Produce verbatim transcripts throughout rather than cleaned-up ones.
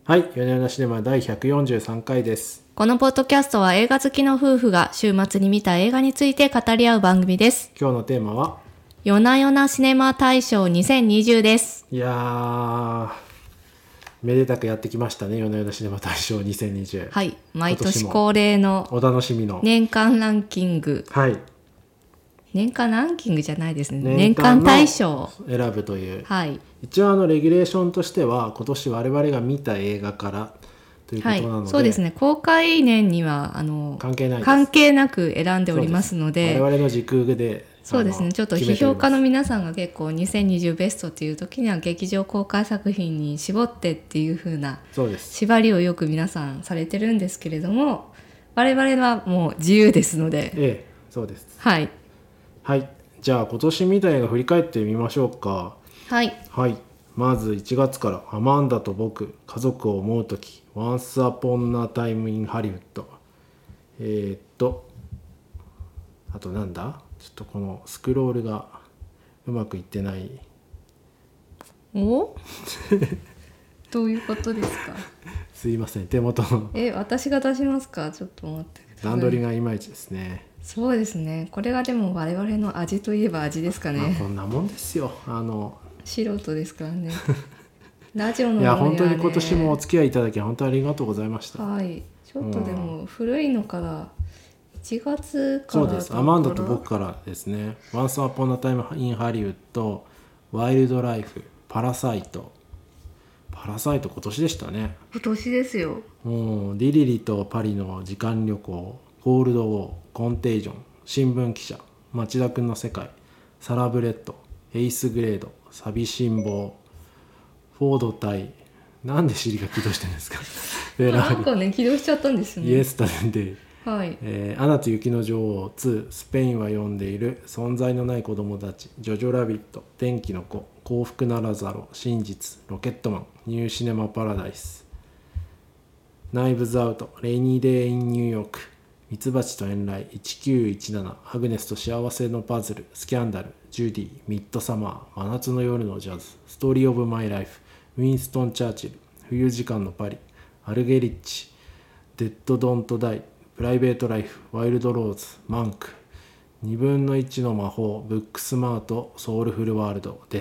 はい、夜な夜なシネマだいひゃくよんじゅうさんかいです。 このポッドキャストは映画好きの夫婦が週末に見た映画について語り合う番組です。 今日のテーマは夜な夜なシネマ大賞にせんにじゅうです。 いやーめでたくやってきましたね。夜な夜なシネマ大賞にせんにじゅう。 はい、毎年恒例のお楽しみの年間ランキング。 はい、 年間ランキングじゃないですね。 年年間間大賞の選ぶという、 はい、 一応あのレギュレーションとしては今年我々が見た映画からということはいなので、 そうですね。公開年にはあの関係ないです。 関係なく選んでおりますので、 我々の時空でそうですね。ちょっと批評家の皆さんが結構にせんにじゅうベストっていう時には劇場公開作品に絞ってっていう風な縛りをよく皆さんされてるんですけれども、我々はもう自由ですので、 ええ、そうです。 はいはい、じゃあ今年見た映画振り返ってみましょうか。 はいはい、まずいちがつからアマンダと僕、家族を思うとき、Once Upon a Time in Hollywood、えー、っとあとなんだちょっとこのスクロールがうまくいってない。 おどういうことですか？ すいません、手元のえ私が出しますか？ちょっと待ってください。 段取りがいまいちですね。 そうですね。これがでも我々の味といえば味ですかね。 まあ、こんなもんですよ。あの素人ですからね。ラジオの方いやにはね、 本当に今年もお付き合いいただき本当にありがとうございました。 はい、ちょっとでも古いのからいちがつからそうです。アマンダと僕からですね。Once Upon a Time in Hollywood、ワイルドライフ、パラサイト。パラサイト今年でしたね。 今年ですよ。 うん、ディリリとパリの時間旅行、コールドウォー、コンテージョン、新聞記者、町田くんの世界、サラブレッド、エイスグレード、サビ辛抱、フォード対、なんで尻が起動してるんですか？フェラーリ、 なんかね起動しちゃったんですよね。 イエスタデイ、 はいえーアナと雪の女王ツー、スペインは読んでいる、存在のない子供たち、ジョジョラビット、天気の子、幸福ならざろ、真実、ロケットマン、ニューシネマパラダイス、ナイブズアウト、レイニーデイ・イン・ニューヨーク、ミツバチと遠雷、いちきゅういちなな、アグネスと幸せのパズル、スキャンダル、ジュディ、ミッドサマー、真夏の夜のジャズ、ストーリー・オブ・マイ・ライフ、ウィンストン・チャーチル、冬時間のパリ、アルゲリッチ、デッド・ドント・ダイ、プライベート・ライフ、ワイルド・ローズ、マンク、にぶんのいちの魔法、ブックスマート、ソウルフルワールドです。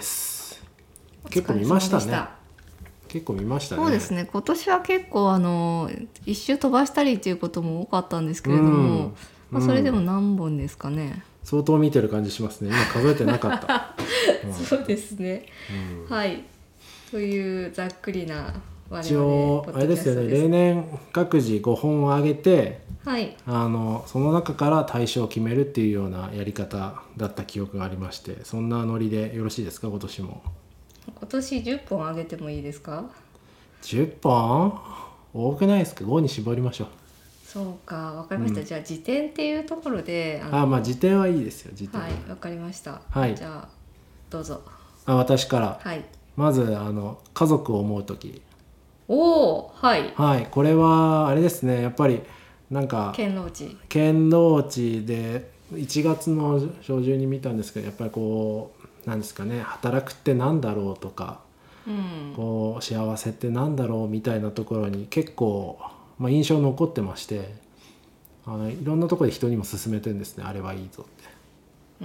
結構見ましたね。結構見ましたね。 そうですね。今年は結構あの一周飛ばしたりっていうことも多かったんですけれども、うんまあ、それでも何本ですかね、 うん、相当見てる感じしますね。今数えてなかった、 うん、そうですね、うん、はいというざっくりな我々 一応あれですよね。例年各自ごほんを上げて、はい、あのその中から大賞を決めるっていうようなやり方だった記憶がありまして、そんなノリでよろしいですか？今年も今年じゅっぽん上げてもいいですか？ じゅっぽん多くないですか？ごに絞りましょう。 そうか、わかりました、うん、じゃあ辞典っていうところでああまあ辞典はいいですよ。辞典はいわかりました、 はい、 じゃあどうぞ。 あ私から、 はい、 まずあの家族を思うとき。 おおはいはい、これはあれですね。やっぱりなんか堅牢地堅牢地でいちがつの初旬に見たんですけど、やっぱりこうなんですかね、働くってなんだろうとか、うん、こう幸せってなんだろうみたいなところに結構、まあ、印象残ってまして、あのいろんなところで人にも勧めてるんですね。あれはいいぞって。うん、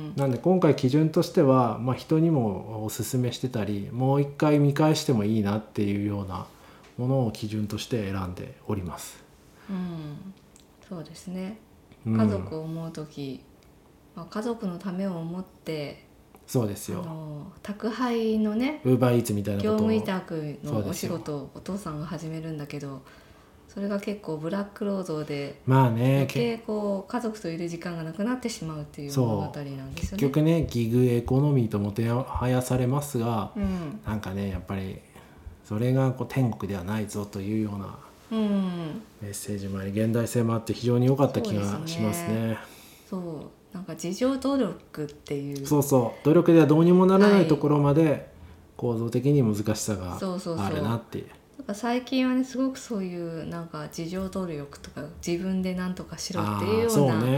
なんで今回基準としては、まあ、人にもお勧めしてたり、もう一回見返してもいいなっていうようなものを基準として選んでおります。 うん、そうですね。家族を思うとき、うんまあ、家族のためを思ってそうですよ。 あの宅配のね、 ウーバーイーツみたいなことを、 業務委託のお仕事をお父さんが始めるんだけど、それが結構ブラック労働で、まあね、余計こう家族といる時間がなくなってしまうっていう物語なんですよね。 結局ね、ギグエコノミーともてはやされますが、うん、なんかねやっぱりそれがこう天国ではないぞというようなメッセージもあり、現代性もあって非常に良かった気がしますね。 そう、なんか自助努力っていう、 そうそう努力ではどうにもならないところまで構造的に難しさがあるなっていう。 なんか最近はねすごくそういうなんか自助努力とか自分で何とかしろっていうような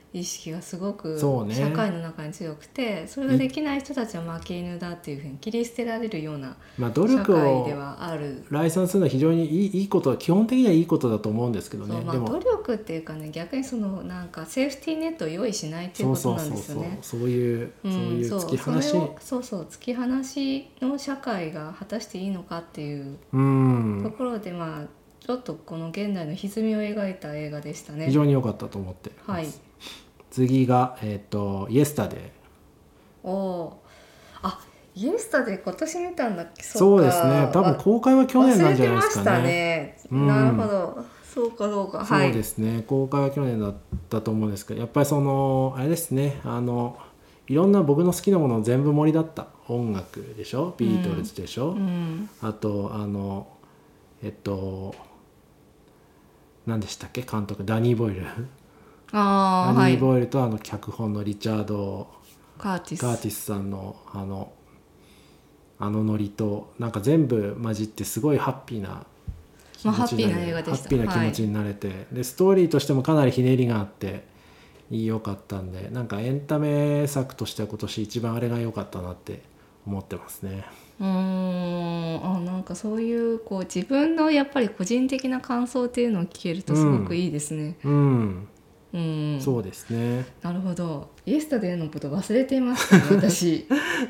意識がすごくそうね社会の中に強くて、それができない人たちは負け犬だっていうふうに切り捨てられるようなまあ、努社力会でをはある。 来賛するのは非常にいい、いいこと、基本的にはいいことだと思うんですけどね。 そう、まあ、 でも努力っていうかね、逆にそのなんかセーフティーネットを用意しないっていうことなんですよね。 そうそうそうそう、そういう、 うん、 そういう突き放し、 そう、それをそうそう突き放しの社会が果たしていいのかっていううんところで、まあちょっとこの現代の歪みを描いた映画でしたね。 非常に良かったと思ってます。 はい。 次が、えーと、イエスタデー。 おお、あ、イエスタデー今年見たんだっけ。 そうですね、多分公開は去年なんじゃないですかね。 忘れてましたね、うん、なるほど、そうかどうか。 そうですね、はい、公開は去年だったと思うんですけど、やっぱりそのあれですね、あのいろんな僕の好きなもの全部盛りだった音楽でしょ、ビートルズでしょ、うん、あとあのえっと何でしたっけ、監督ダニー・ボイルあダニー・ボイルとあの脚本のリチャード・カーティス、 カーティスさんのあのあのノリとなんか全部混じってすごいハッピーな気持ちになれ、まあ、ハッピーな映画でした。ハッピーな気持ちになれて、はい、でストーリーとしてもかなりひねりがあって良かったんで、なんかエンタメ作としては今年一番あれが良かったなって思ってますね。 うーん、あ、なんかそういうこう自分のやっぱり個人的な感想っていうのを聞けるとすごくいいですね。 うん、うんうん、 そうですね。 なるほど。イエスタデーのこと忘れていましたね私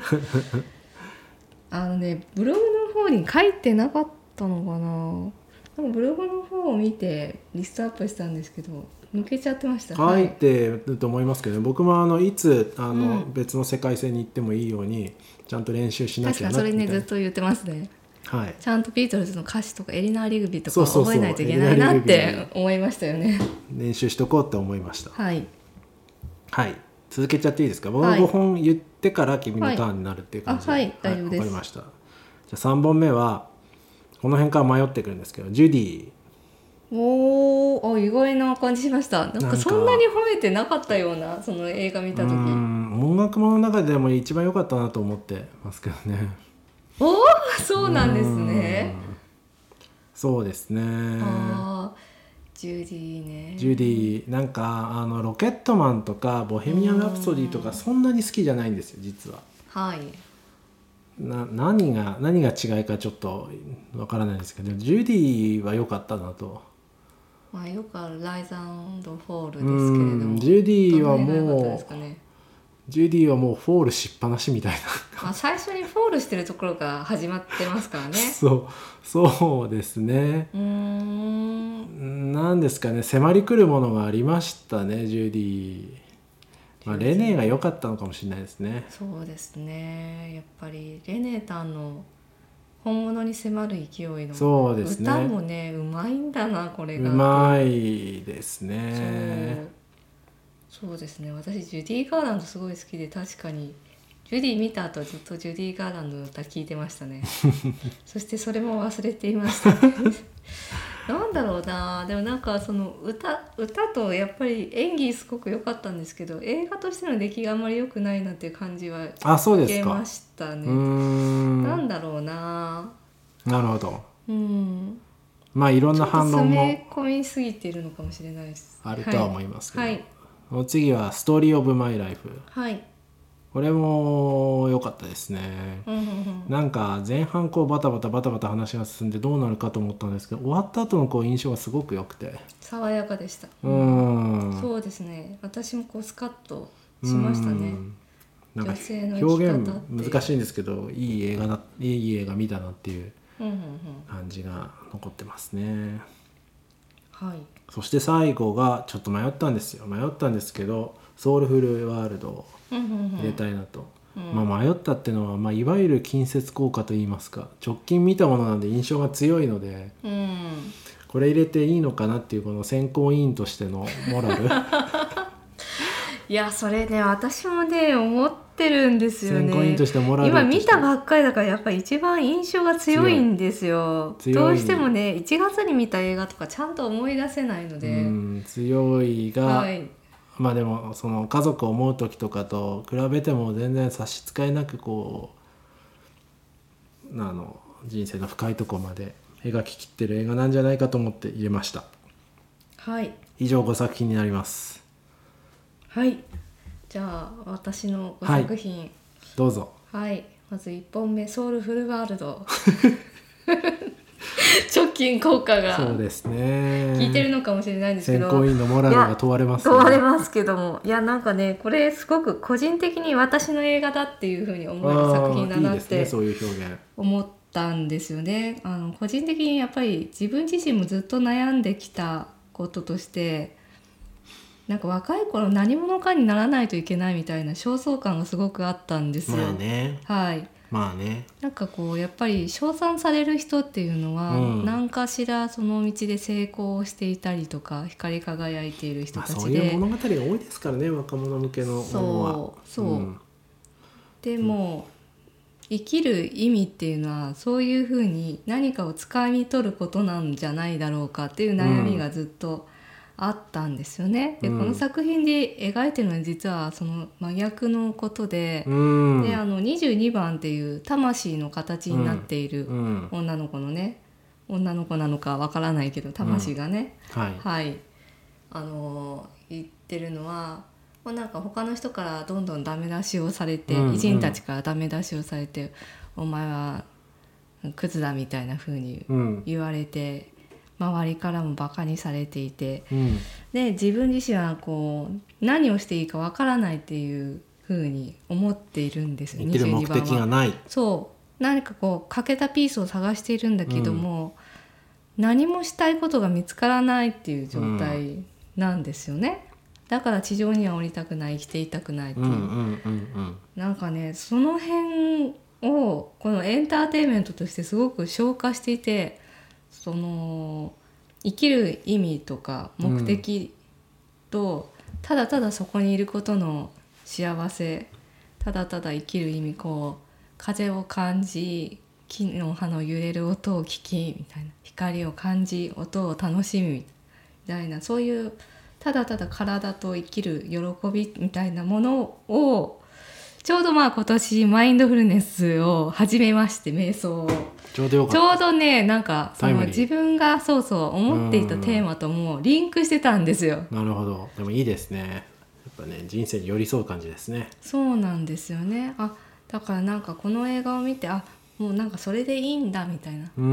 あのね、ブログの方に書いてなかったのかな。でもブログの方を見てリストアップしたんですけど抜けちゃってました。 書いてると思いますけど、ね、僕もあのいつあの、うん、別の世界線に行ってもいいようにちゃんと練習しなきゃなって。確かにそれねずっと言ってますね。 はい、 ちゃんとビートルズの歌詞とかエリナー・リグビーとか覚えないといけないなって思いましたよね。 練習しとこうって思いました。 はい、 はい、続けちゃっていいですか。僕がごほん言ってから君のターンになるっていう感じで、 はいはい、大丈夫です。 わかりました。じゃあさんぼんめはこの辺から迷ってくるんですけど、ジュディ。 おー、意外な感じしました。なんかそんなに褒めてなかったような、その映画見た時。うん、 音楽ものの中でも一番良かったなと思ってますけどね。 おー、そうなんですね。 そうですね。 あ、ジュディね。 ジュディ、なんかあのロケットマンとかボヘミアン・ラプソディとかそんなに好きじゃないんですよ実は。 はい。 な何が何が違いかちょっとわからないですけど、ジュディは良かったなと。 まあ、よくあるライズ&フォールですけれども、 ジュディはもう、ね、ジュディはもうフォールしっぱなしみたいなまあ最初にフォールしてるところが始まってますからね。 そうそうですね。うーん、なんですかね、迫り来るものがありましたねジュディ。まあ、レネーが良かったのかもしれないですね。 そうですね、やっぱりレネーさんの本物に迫る勢いのそうですね、 歌もねうまいんだな、これがうまいですね。 そう、そうですね、私ジュディ・ガーランドすごい好きで、確かにジュディ見た後ずっとジュディ・ガーランドの歌聴いてましたねそしてそれも忘れていましたねなんだろうな、でもなんかその 歌, 歌とやっぱり演技すごく良かったんですけど、映画としての出来があんまり良くないなっていう感じは受けましたね。うーん、なんだろうな。 なるほど。 うん、 まあいろんな反論も詰め込みすぎているのかもしれないです。 あるとは思いますけど、 はい、 はい、次はストーリーオブマイライフ。 はい、 これも良かったですね。なんか前半こうバタバタバタバタ話が進んでどうなるかと思ったんですけど、終わった後のこう印象がすごく良くて爽やかでした。うん、そうですね、私もこうスカッとしましたね。 なんか表現難しいんですけど、いい映画だ、いい映画見たなっていう感じが残ってますね。 はい。 そして最後がちょっと迷ったんですよ迷ったんですけど、ソウルフルワールドを入れたいなと、うんうんうん、まあ、迷ったっていうのは、まあ、いわゆる近接効果といいますか、直近見たものなんで印象が強いので、うん、これ入れていいのかなっていうこの選考委員としてのモラルいやそれね私もね思ってるんですよね。 選考委員としてモラル今見たばっかりだからやっぱり一番印象が強いんですよ。どうしてもねいちがつに見た映画とかちゃんと思い出せないので、うん、 強いが、 はい、 まあでもその家族を思う時とかと比べても全然差し支えなくこうあの人生の深いところまで描ききってる映画なんじゃないかと思って入れました。 はい、 以上ごさく品になります。 はい、じゃあ私のご作品、はい、 どうぞ。 はい、まずいっぽんめソウルフルワールド直近効果がそうですね効いてるのかもしれないんですけど、 選考委員のモラルが問われますね。問われますけども、いやなんかねこれすごく個人的に私の映画だっていう風に思える作品だなって思ったんですよね。あの個人的にやっぱり自分自身もずっと悩んできたこととして、なんか若い頃何者かにならないといけないみたいな焦燥感がすごくあったんですよ。 まあね、 はいまあね、 なんかこうやっぱり称賛される人っていうのは、うん、何かしらその道で成功していたりとか光り輝いている人たちで、まあ、 そういう物語が多いですからね、若者向けのものは。 そうそう、うん、でも、うん、生きる意味っていうのはそういうふうに何かをつかみ取ることなんじゃないだろうかっていう悩みがずっとあったんですよね。で、うん、この作品で描いてるのは実はその真逆のことで、うん、であのにじゅうにばんっていう魂の形になっている女の子のね、うん、女の子なのかわからないけど魂がね、うん、はい、はい、あの言ってるのはもうなんか他の人からどんどんダメ出しをされて、うんうん、偉人たちからダメ出しをされて、お前はクズだみたいな風に言われて、うん周りからもバカにされていて、うん、で自分自身はこう何をしていいかわからないっていうふうに思っているんですよ。 生きる目的がない。 そう何かこう欠けたピースを探しているんだけども、うん、何もしたいことが見つからないっていう状態なんですよね、うん、だから地上には降りたくない、生きていたくないっていう、うんうんうんうん、なんかねその辺をこのエンターテインメントとしてすごく消化していて、その生きる意味とか目的と、うん、ただただそこにいることの幸せ、ただただ生きる意味、こう風を感じ、木の葉の揺れる音を聞きみたいな、光を感じ音を楽しみみたいな、そういうただただ体と生きる喜びみたいなものをちょうどまあ今年マインドフルネスを始めまして、瞑想をちょうどよかった。 ちょうどねなんかその自分がそうそう思っていたテーマともリンクしてたんですよ。 なるほど、でもいいですね。やっぱね人生に寄り添う感じですね。 そうなんですよね。あだからなんかこの映画を見て、あもうなんかそれでいいんだみたいな、うん、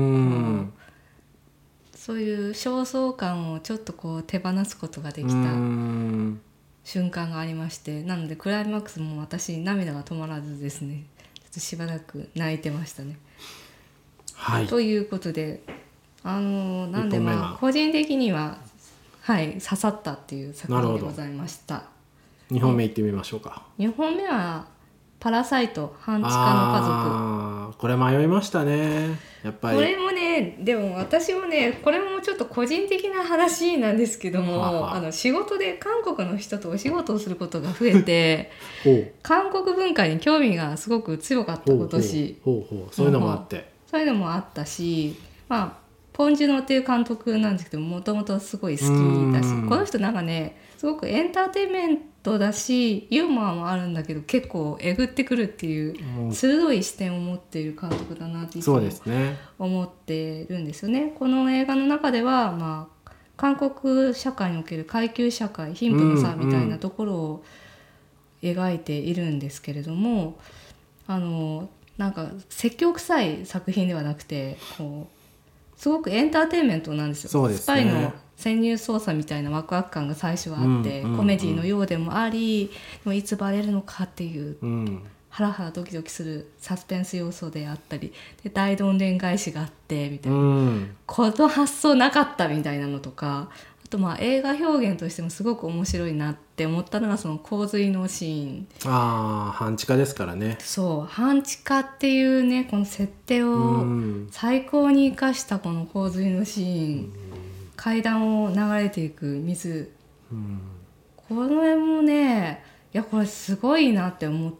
そういう焦燥感をちょっとこう手放すことができた瞬間がありまして、なのでクライマックスも私涙が止まらずですね、ちょっとしばらく泣いてましたね。はい、ということで、あのなんでまあ個人的には、はい、刺さったっていう作品でございました。 にほんめいってみましょうか。 にほんめはパラサイト半地下の家族。 あこれ迷いましたね。やっぱりこれもね、でも私もねこれもちょっと個人的な話なんですけども、ははあの仕事で韓国の人とお仕事をすることが増えて韓国文化に興味がすごく強かった今年。 ほうほうほうほう、そういうのもあって、 そういうのもあったし、まあポン・ジュノっていう監督なんですけどもともとすごい好きだし、この人なんかねすごくエンターテインメントだしユーモアもあるんだけど結構えぐってくるっていう鋭い視点を持っている監督だなっていつも思ってるんですよね。この映画の中では、まあ、韓国社会における階級社会、貧富の差みたいなところを描いているんですけれども、あのなんか説教臭い作品ではなくてこうすごくエンターテインメントなんですよ。 そうですね、 スパイの潜入捜査みたいなワクワク感が最初はあって、うんうんうん、コメディのようでもあり、でもいつバレるのかっていう、うん、ハラハラドキドキするサスペンス要素であったりで大どんでん返しがあってみたいな、うん、この発想なかったみたいなのとか、あとまあ映画表現としてもすごく面白いなって思ったのがその洪水のシーン。 ああ半地下ですからね。 そう半地下っていうねこの設定を最高に生かしたこの洪水のシーン、うん、階段を流れていく水、うん、この辺もねいやこれすごいなって思って、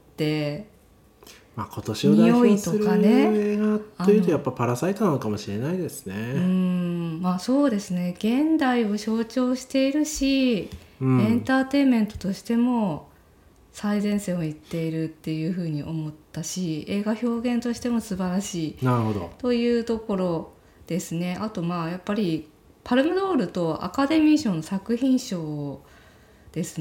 まあ、今年を代表する映画というとやっぱパラサイトなのかもしれないですね。 うんまあそうですね、現代を象徴しているし、うん、エンターテインメントとしても最前線を行っているっていうふうに思ったし、映画表現としても素晴らしいなるほどというところですね。あとまあやっぱりパルムドールとアカデミー賞の作品賞をですね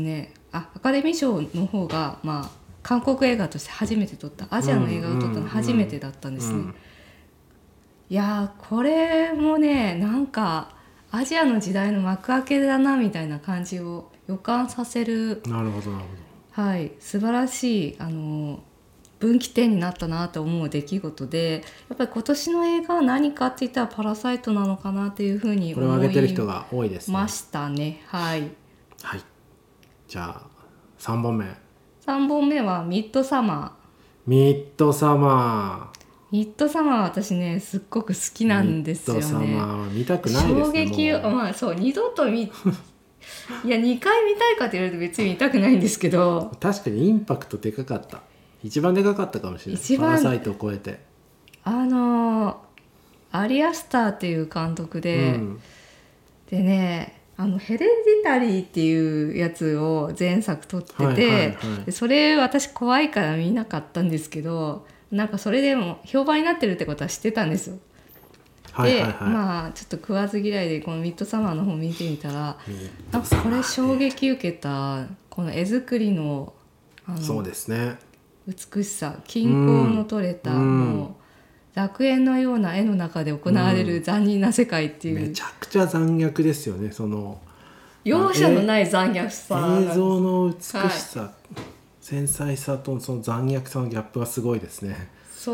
あアカデミー賞の方が、まあ、韓国映画として初めて撮ったアジアの映画を撮ったの初めてだったんですね、うんうんうん、いやこれもねなんかアジアの時代の幕開けだなみたいな感じを予感させる、 なるほどなるほど、はい、素晴らしいあの分岐点になったなと思う出来事で、やっぱり今年の映画は何かって言ったらパラサイトなのかなっていうふうに思いましたね。これを挙げてる人が多いですね。ましたね。はい。 はい。じゃあさんぼんめ。 さんぼんめはミッドサマー。ミッドサマー。 ミッドサマーは私ねすっごく好きなんですよね。ミッドサマーは見たくないですね。 衝撃をまあそう二度と見いやにかい見たいかって言われると別に見たくないんですけど、 確かにインパクトでかかった。一番でかかったかもしれない。パラサイトを超えてあのアリアスターっていう監督で、うん、でねあのヘレンディタリーっていうやつを前作撮ってて、はいはいはい、でそれ私怖いから見なかったんですけど、なんかそれでも評判になってるってことは知ってたんですよ。はいはいはい、でまあちょっと食わず嫌いでこのミッドサマーの方見てみたら、なんかこれ衝撃受けたこの絵作りのあのそうですね美しさ、均衡の取れた、うん、もう楽園のような絵の中で行われる残忍な世界っていう、 うん、めちゃくちゃ残虐ですよね。その容赦のない残虐さ、 映像の美しさ、はい、繊細さとその残虐さのギャップがすごいですね。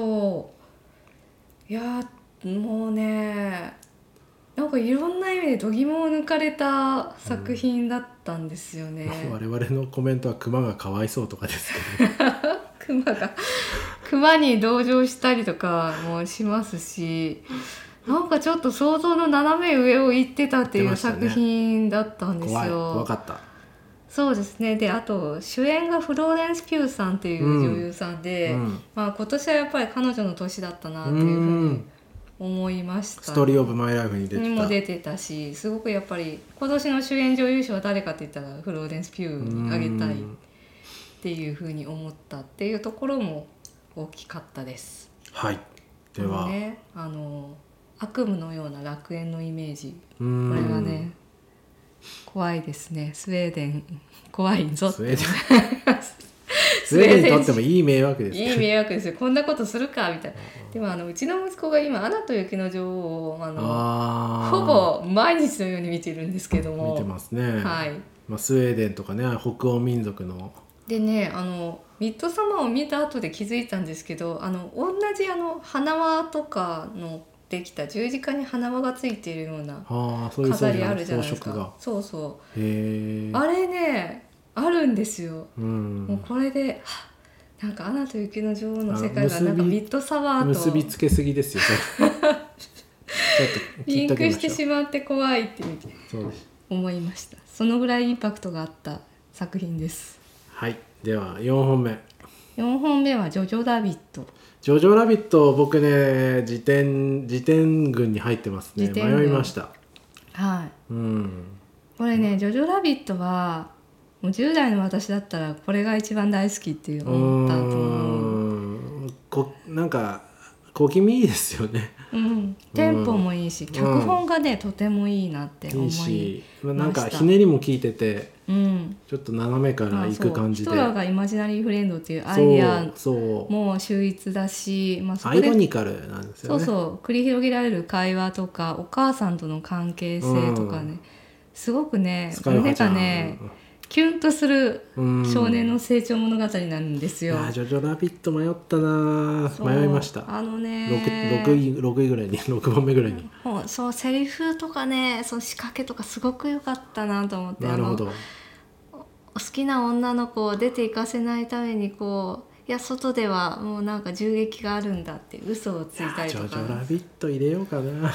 そういやもうねなんかいろんな意味で度肝を抜かれた作品だったんですよね、 うん、我々のコメントはクマがかわいそうとかですけどクマがクマに同情したりとかもしますし、なんかちょっと想像の斜め上を行ってたっていう作品だったんですよ。 怖い怖かった。 そうですね。であと主演がフローレンス・ピューさんっていう女優さんで、うんうんまあ、今年はやっぱり彼女の年だったなっていうふうに思いました、ね、 ストーリーオブマイライフに出てたにも出てたし、すごくやっぱり今年の主演女優賞は誰かって言ったらフローレンス・ピューにあげたいっていうふうに思ったっていうところも大きかったです。 はい。では、 ね、あの悪夢のような楽園のイメージ、これがね怖いですね。スウェーデン怖いぞってスウェーデンスウェーデンにとってもいい迷惑ですいい迷惑ですよ。こんなことするかみたいな。でもあのうちの息子が今アナと雪の女王をあのあほぼ毎日のように見てるんですけども、 見てますね、 はいまあ、スウェーデンとかね北欧民族のでね、あのミッドサマーを見た後で気づいたんですけど、あの同じあの花輪とかのできた十字架に花輪がついているような飾りあるじゃないですか。そうそうへあれねあるんですよ、うん、もうこれでなんかアナと雪の女王の世界がなんかミッドサマーと結びつけすぎですよちょっとリンクしてしまって怖いってそうです思いました。そのぐらいインパクトがあった作品です。 はい。ではよんほんめ。 よんほんめはジョジョラビット。 ジョジョラビット僕ね辞典辞典群に入ってますね。迷いました。 はい、うん、これねジョジョラビットはもうじゅう代の私だったらこれが一番大好きって思ったと思う。 こなんか小気味いいですよね、 うん、テンポもいいし、うん、脚本がねとてもいいなって思いました。いいしなんかひねりも効いてて、うん、ちょっと斜めから行く感じで、 ヒトラーがイマジナリーフレンドっていうアイデアも秀逸だし、 まあ、そこでアイロニカルなんですよね。 そうそう繰り広げられる会話とかお母さんとの関係性とかね、うん、すごくね胸がねキュンとする少年の成長物語なんですよ。 うん、ジョジョラビット迷ったな迷いました。 あのね 6, 6, 位ろくいぐらいにろくばんめぐらいにそうセリフとかねその仕掛けとかすごく良かったなと思って。 なるほど。 好きな女の子を出て行かせないためにこういや外ではもうなんか銃撃があるんだって嘘をついたりとか、 ジョジョラビット入れようかな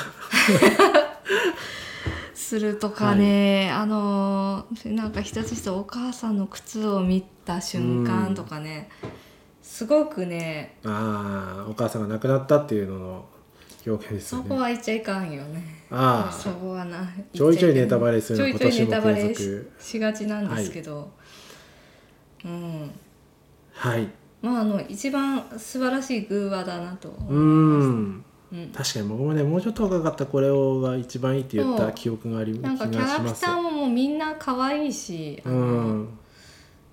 するとかね、はい、あのなんか一つ一つお母さんの靴を見た瞬間とかね、すごくねあお母さんが亡くなったっていうのの表現ですよね。 そこは言っちゃいかんよね。 あそこはなちょいちょいネタバレするの今年も継続ちょいちょいネタバレ し, しがちなんですけど、はい、うんはいまああの一番素晴らしい偶話だなと思いました。うんうん、確かに僕もねもうちょっと若かったこれをが一番いいって言った記憶があります。 なんかキャラクターももうみんな可愛いし、あの、うん、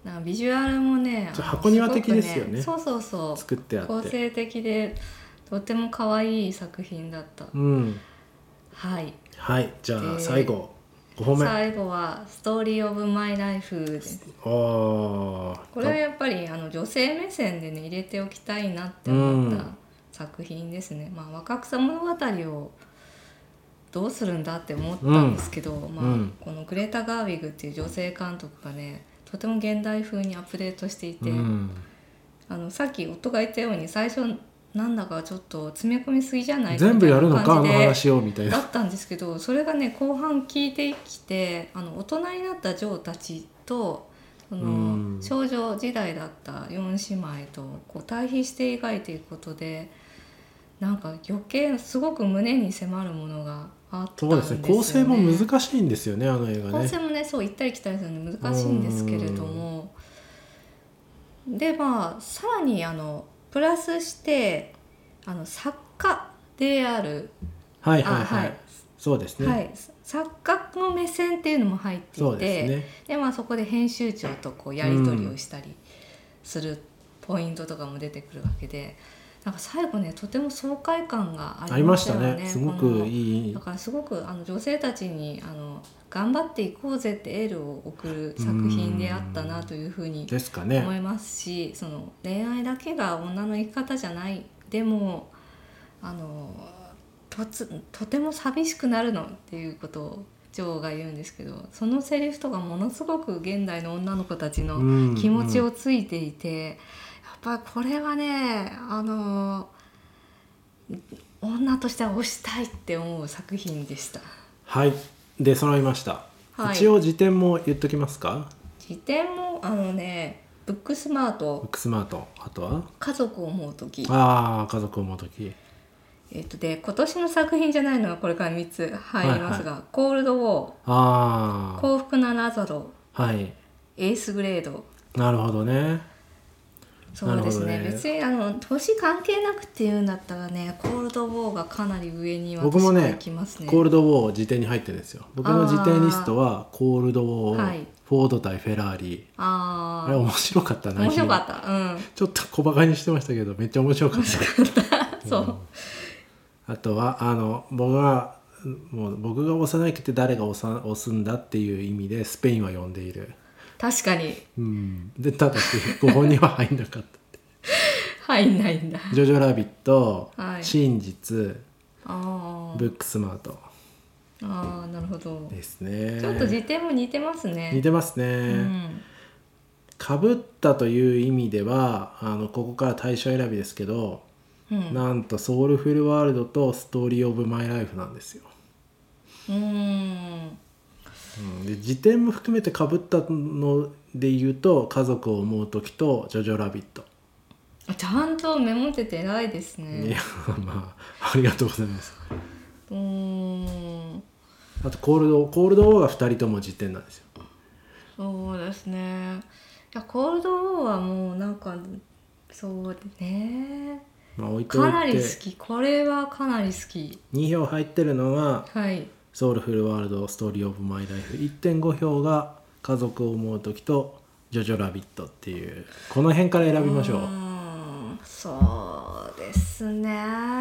なんかビジュアルもね箱庭的ですよね。 そうそうそう作ってあって個性的でとても可愛い作品だった、 うん、 はいはい。じゃあ最後ごほんめ、 最後はストーリーオブマイライフです。 あこれはやっぱりあの女性目線でね入れておきたいなって思った作品ですね、うん、まあ、若草物語をどうするんだって思ったんですけど、うんまあうん、このグレタ・ガーウィグっていう女性監督がねとても現代風にアップデートしていて、うん、あのさっき夫が言ったように最初なんだかちょっと詰め込みすぎじゃないか全部やるのかあの話をみたいなだったんですけど、それがね後半聞いてきてあの大人になったジョーたちとその少女時代だったよん姉妹とこう対比して描いていくことでなんか余計すごく胸に迫るものがあったんですよね。 そうですね、構成も難しいんですよねあの映画ね。 構成もねそう行ったり来たりするの難しいんですけれども、でまあさらにあのプラスしてあの作家であるはいはいはい、はい、そうですね、 はい、作家の目線っていうのも入っていてそうですね、で、まあ、そこで編集長とこうやり取りをしたりするポイントとかも出てくるわけで、なんか最後ねとても爽快感がありましたよね。 ありましたね。すごくいい。 だからすごくあの女性たちにあの頑張っていこうぜってエールを送る作品であったなというふうに思いますし、その恋愛だけが女の生き方じゃない、でもあの と, つとても寂しくなるのっていうことをジョーが言うんですけど、そのセリフとかものすごく現代の女の子たちの気持ちをついていて、うんうん、やっぱりこれはねあの女としては推したいって思う作品でした。 はい、出揃いました、はい、一応辞典も言っときますか。 辞典もあのねブックスマートブックスマート、あとは家族を思うとき、 ああ家族を思うとき、 えー、とで今年の作品じゃないのはこれからみっつ入りますが、はいはい、コールドウォー、 あ幸福なラザロ、 はい、 エースグレード。 なるほどね。 そうですね、別にあの年関係なくっていうんだったらねコールドウォーがかなり上に私は行きますね。 僕もねコールドウォー辞典に入ってるんですよ。僕の辞典リストはコールドウォー、はい、フォード対フェラーリ、ああれ面白かったな。 面白かった、うん、 ちょっと小バカにしてましたけどめっちゃ面白かったそう、うん、 あとはあの僕がもう僕が押さなきゃって誰が押さ押すんだっていう意味でスペインは呼んでいる。 確かに、 うん、でただしご本には入んなかったって入んないんだ。 ジョジョラビット、 はい、 真実、 あブックスマート、 ああなるほどですね。 ちょっと辞典も似てますね。 似てますね。かぶ、うん、ったという意味ではあのここから対象選びですけど、うん、なんとソウルフルワールドとストーリーオブマイライフなんですよ。 うーんうん、で辞典も含めてかぶったので言うと家族を思う時とジョジョラビット。 ちゃんとメモってて偉いですね。 いやまあありがとうございます。 うーんあとコールドコールドウォーがふたりとも辞典なんですよ。 そうですね。いやコールドウォーはもうなんかそうね、 まあ、置いといてかなり好き。これはかなり好き。 に票入ってるのは、 はい、ソウルフルワールドストーリーオブマイライフ、いってんご票が家族を思う時とジョジョラビットっていうこの辺から選びましょう。うーんそうですね、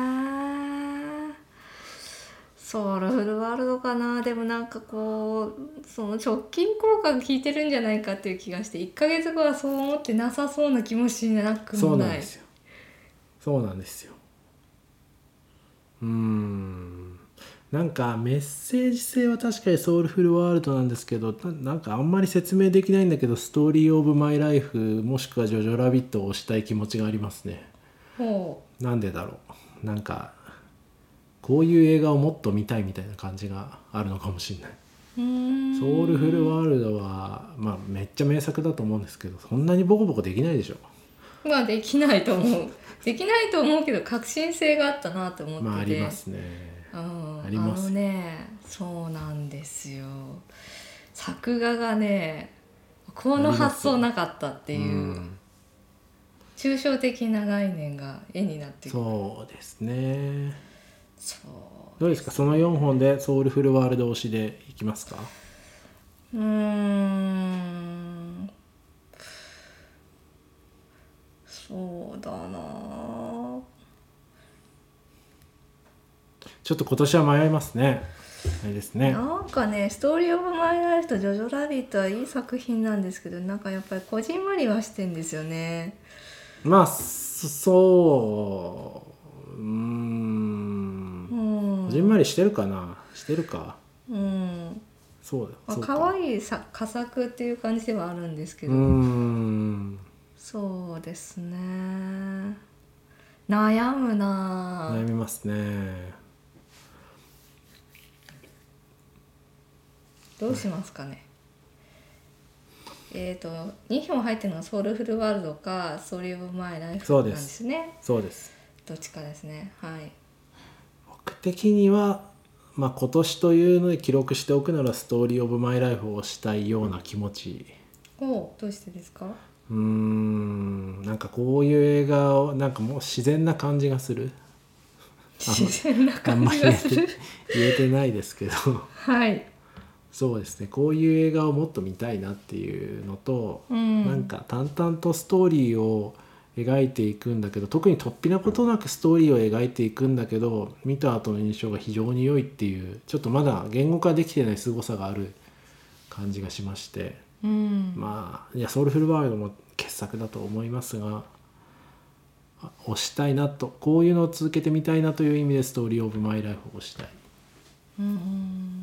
ソウルフルワールドかな。でもなんかこうその直近効果が効いてるんじゃないかっていう気がして、いっかげつごはそう思ってなさそうな気もしなくもない。 そうなんですよそうなんですようーんなんかメッセージ性は確かにソウルフルワールドなんですけど な, なんかあんまり説明できないんだけどストーリーオブマイライフもしくはジョジョラビットを推したい気持ちがありますね。 ほうなんでだろう、なんかこういう映画をもっと見たいみたいな感じがあるのかもしれない。 うーんソウルフルワールドは、まあ、めっちゃ名作だと思うんですけどそんなにボコボコできないでしょ。 まあできないと思うできないと思うけど革新性があったなと思ってて、 まあありますね。 うん、 あります。 あのねそうなんですよ。作画がねこの発想なかったっていう、うん、抽象的な概念が絵になってくる。 そうですね。 そうどうですかそのよんほんでソウルフルワールド推しでいきますか。 うーんそうだな、 ちょっと今年は迷いますね。あれですね。 なんかね、ストーリーオブマイライフとジョジョラビットはいい作品なんですけど、なんかやっぱりこじんまりはしてんですよね。 まあそううーん、 うん、 こじんまりしてるかな、してるか。 うん、 そうだ、 まあ、 そうか。 可愛いさ佳作っていう感じではあるんですけど、 うーん、 そうですね、悩むな。 悩みますね。 どうしますかね。えっ、ー、とにほん入ってるのはソウルフルワールドかストーリーオブマイライフなんですね。 そうです。 どっちかですね。はい。 僕的には、まあ、今年というので記録しておくならストーリーオブマイライフをしたいような気持ち。 お、どうしてですか。 うーん、なんかこういう映画をなんかもう自然な感じがする。 自然な感じがする。 言えてないですけどはい。 そうですね、こういう映画をもっと見たいなっていうのと、 うん、 なんか淡々とストーリーを描いていくんだけど、特に突飛なことなくストーリーを描いていくんだけど、見た後の印象が非常に良いっていう、ちょっとまだ言語化できてない凄さがある感じがしまして、 うん、 まあいやソウルフルワールドも傑作だと思いますが、推したいなと、こういうのを続けてみたいなという意味でストーリーオブマイライフを推したい。 うん、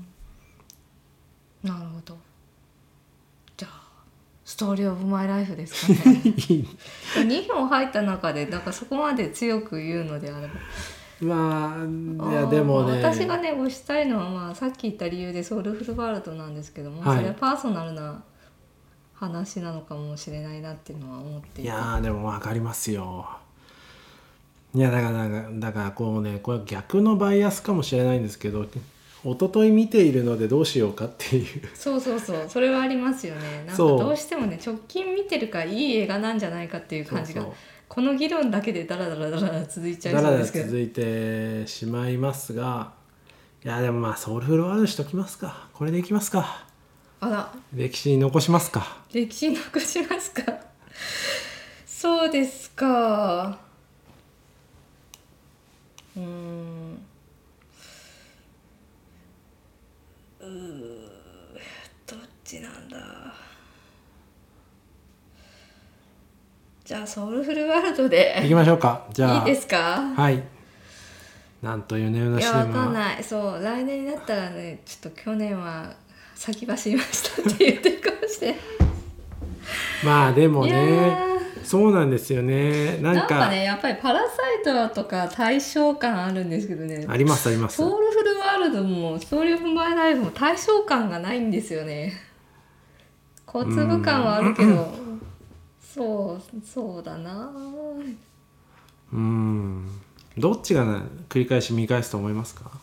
なるほど。じゃあストーリーオブマイライフですかね。にほん入った中でなんかそこまで強く言うのであれば、 まあいやでもね、 私がね推したいのは、まあ、さっき言った理由でソウルフルワールドなんですけども、 はい、 それはパーソナルな話なのかもしれないなっていうのは思っていて、 いやでも分かりますよ。いやだからだからこうね、これ逆のバイアスかもしれないんですけど、一昨日見ているのでどうしようかっていう、 そうそうそう、それはありますよね。なんかどうしてもね、直近見てるからいい映画なんじゃないかっていう感じが、そうそう、この議論だけでダラダラダラ続いちゃいそうですけど、 だらだら続いてしまいますが、いやでもまあソウルフルワールドしときますか。これでいきますか。 あら、 歴史に残しますか。 歴史に残しますか。そうですか。うーん、うー、どっちなんだ。じゃあソウルフルワールドでいきましょうか。じゃあいいですか。 はい。なんというねよなシネマ。 いやわかんない。そう来年になったらね、ちょっと去年は先走りましたって言ってるかもしれない。 まあでもね、そうなんですよね。なんか、 なんかね、やっぱりパラサイトとか対象感あるんですけどね。 ありますあります。 ソウルフルワールドもストーリーオブマイライフも対象感がないんですよね。小粒感はあるけど、そうそうだな。 うーん、どっちが、ね、繰り返し見返すと思いますか。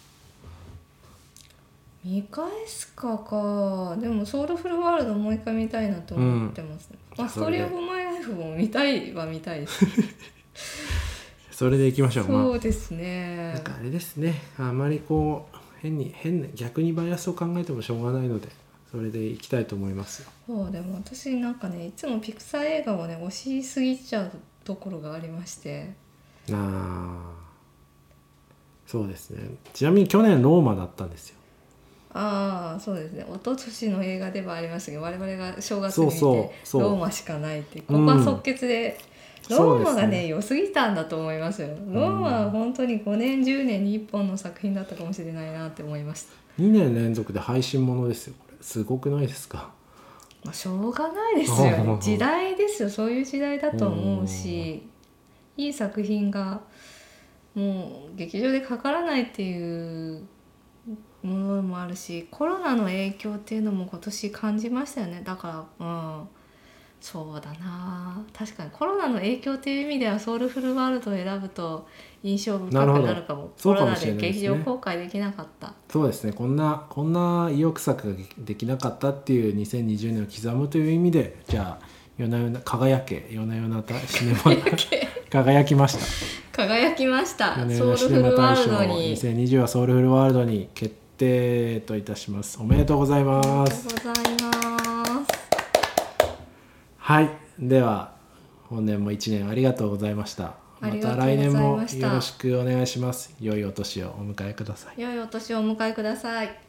見返すかか。でもソウルフルワールドもう一回見たいなと思ってます、ね、うん、まあ、ストーリーオブマイライフも見たいは見たいですそれでいきましょう。 そうですね、 まあ、なんかあれですね、あまりこう変に変な逆にバイアスを考えてもしょうがないので、それでいきたいと思いますよ。 そうでも私なんかね、いつもピクサー映画をね推しすぎちゃうところがありまして。 ああ、そうですね。ちなみに去年ローマだったんですよ。 ああ、そうですね。一昨年の映画ではありましたけど、我々が正月に見てローマしかないって、ここは即決で、うん、ローマが ね, ね良すぎたんだと思いますよ。ローマは本当にごねんじゅうねんにいっぽんの作品だったかもしれないなって思いました。 にねん連続で配信ものですよ。これすごくないですか。 まあ、しょうがないですよね。時代ですよ。そういう時代だと思うし、いい作品がもう劇場でかからないっていうものもあるし、コロナの影響っていうのも今年感じましたよね。だからうんそうだな、確かにコロナの影響っていう意味ではソウルフルワールドを選ぶと印象深くなるかも。コロナで劇場公開できなかった。 そうですね、こんなこんな意欲作ができなかったっていうにせんにじゅうねんを刻むという意味で、じゃあ夜な夜な輝け夜な夜なシネマ輝きました輝きました。 ソウルフルワールドににせんにじゅうはソウルフルワールドに決定といたします。おめでとうございます。 おめでとうございます。 はい、では本年もいちねんありがとうございました。また来年もよろしくお願いします。良いお年をお迎えください。 良いお年をお迎えください。